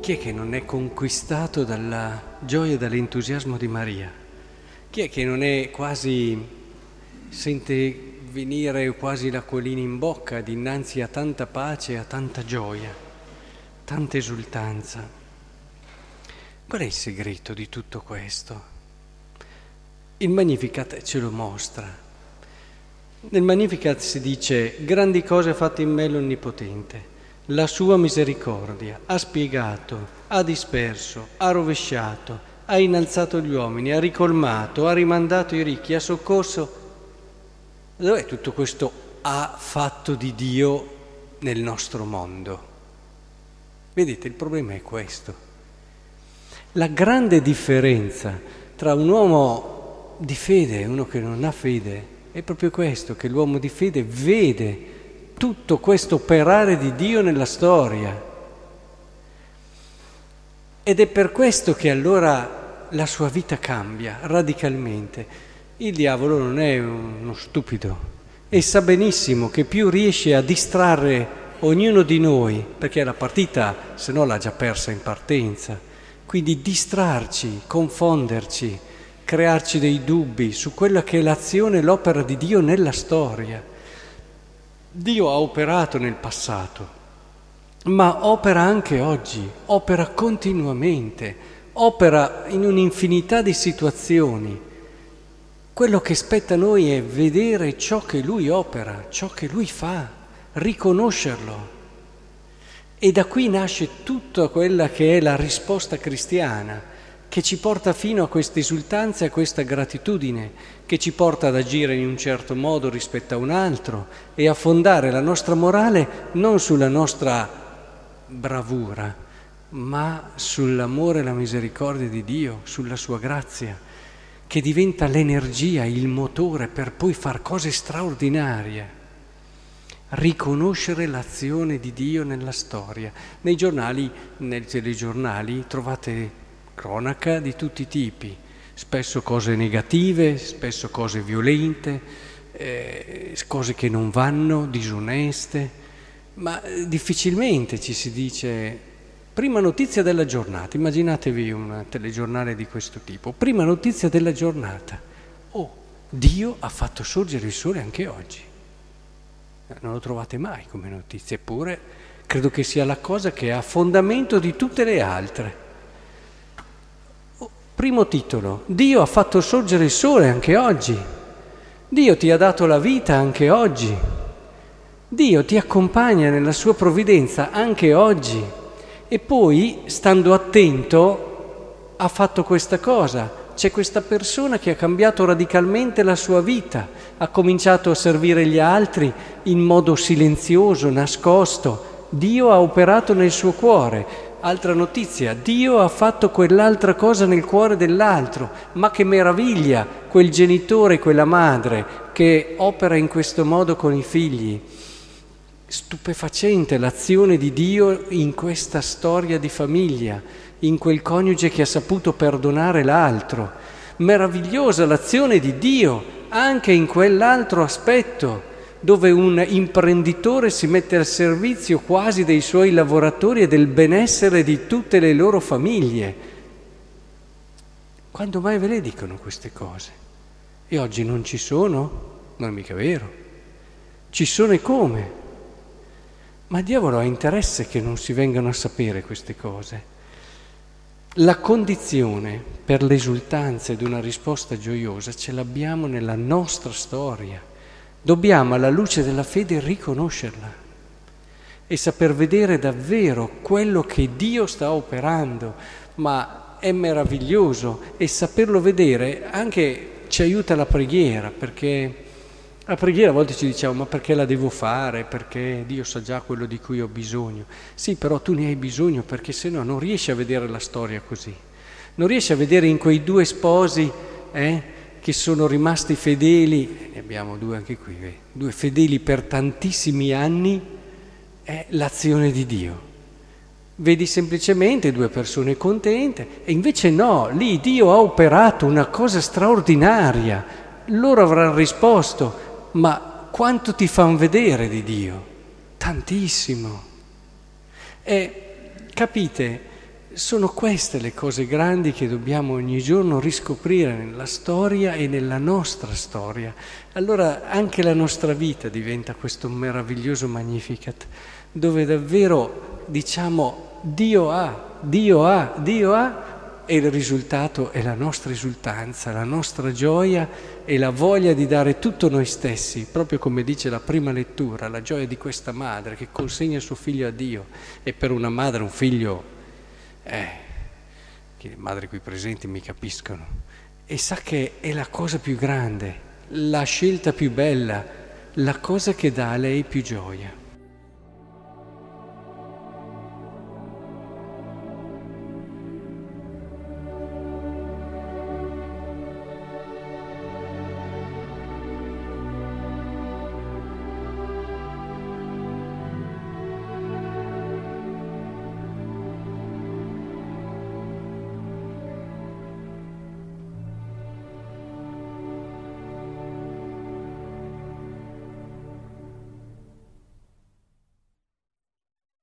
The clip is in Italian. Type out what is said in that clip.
chi è che non è conquistato dalla gioia e dall'entusiasmo di Maria? Chi è che non è quasi, sente venire quasi l'acquolina in bocca dinanzi a tanta pace, a tanta gioia, tanta esultanza? Qual è il segreto di tutto questo? Il Magnificat ce lo mostra. Nel Magnificat si dice: grandi cose ha fatto in me l'Onnipotente, la sua misericordia, ha spiegato, ha disperso, ha rovesciato, ha innalzato gli uomini, ha ricolmato, ha rimandato i ricchi, ha soccorso. Dov'è tutto questo ha fatto di Dio nel nostro mondo? Vedete, il problema è questo. La grande differenza tra un uomo di fede e uno che non ha fede è proprio questo, che l'uomo di fede vede tutto questo operare di Dio nella storia. Ed è per questo che allora la sua vita cambia radicalmente. Il diavolo non è uno stupido e sa benissimo che più riesce a distrarre ognuno di noi, perché la partita se no l'ha già persa in partenza, quindi distrarci, confonderci, crearci dei dubbi su quella che è l'azione e l'opera di Dio nella storia. Dio ha operato nel passato, ma opera anche oggi, opera continuamente, opera in un'infinità di situazioni. Quello che spetta a noi è vedere ciò che Lui opera, ciò che Lui fa, riconoscerlo. E da qui nasce tutta quella che è la risposta cristiana, che ci porta fino a questa esultanza e a questa gratitudine, che ci porta ad agire in un certo modo rispetto a un altro e a fondare la nostra morale non sulla nostra bravura, ma sull'amore e la misericordia di Dio, sulla sua grazia, che diventa l'energia, il motore per poi far cose straordinarie. Riconoscere l'azione di Dio nella storia. Nei giornali, nei telegiornali trovate cronaca di tutti i tipi, spesso cose negative, spesso cose violente, cose che non vanno, disoneste, ma difficilmente ci si dice prima notizia della giornata. Immaginatevi un telegiornale di questo tipo, prima notizia della giornata: oh, Dio ha fatto sorgere il sole anche oggi. Non lo trovate mai come notizia, eppure credo che sia la cosa che ha fondamento di tutte le altre. Primo titolo: Dio ha fatto sorgere il sole anche oggi. Dio ti ha dato la vita anche oggi. Dio ti accompagna nella sua provvidenza anche oggi. E poi, stando attento, ha fatto questa cosa. C'è questa persona che ha cambiato radicalmente la sua vita, ha cominciato a servire gli altri in modo silenzioso, nascosto. Dio ha operato nel suo cuore. Altra notizia: Dio ha fatto quell'altra cosa nel cuore dell'altro. Ma che meraviglia quel genitore, quella madre che opera in questo modo con i figli. Stupefacente l'azione di Dio in questa storia di famiglia, in quel coniuge che ha saputo perdonare l'altro. Meravigliosa l'azione di Dio anche in quell'altro aspetto, dove un imprenditore si mette al servizio quasi dei suoi lavoratori e del benessere di tutte le loro famiglie. Quando mai ve le dicono queste cose? E oggi non ci sono? Non è mica vero. Ci sono e come? Ma il diavolo ha interesse che non si vengano a sapere queste cose. La condizione per l'esultanza ed una risposta gioiosa ce l'abbiamo nella nostra storia. Dobbiamo alla luce della fede riconoscerla e saper vedere davvero quello che Dio sta operando, ma è meraviglioso, e saperlo vedere anche ci aiuta la preghiera, perché la preghiera a volte ci diciamo: ma perché la devo fare? Perché Dio sa già quello di cui ho bisogno. Sì, però tu ne hai bisogno, perché se no non riesci a vedere la storia così. Non riesci a vedere in quei due sposi che sono rimasti fedeli, ne abbiamo due anche qui, due fedeli per tantissimi anni, è l'azione di Dio. Vedi semplicemente due persone contente, e invece no, lì Dio ha operato una cosa straordinaria. Loro avranno risposto: ma quanto ti fan vedere di Dio? Tantissimo. E capite, Sono queste le cose grandi che dobbiamo ogni giorno riscoprire nella storia e nella nostra storia. Allora anche la nostra vita diventa questo meraviglioso Magnificat, dove davvero diciamo Dio ha, Dio ha, Dio ha, e il risultato è la nostra esultanza, la nostra gioia e la voglia di dare tutto noi stessi, proprio come dice la prima lettura, la gioia di questa madre che consegna suo figlio a Dio. E per una madre un figlio, che le madri qui presenti mi capiscono, e sa che è la cosa più grande, la scelta più bella, la cosa che dà a lei più gioia.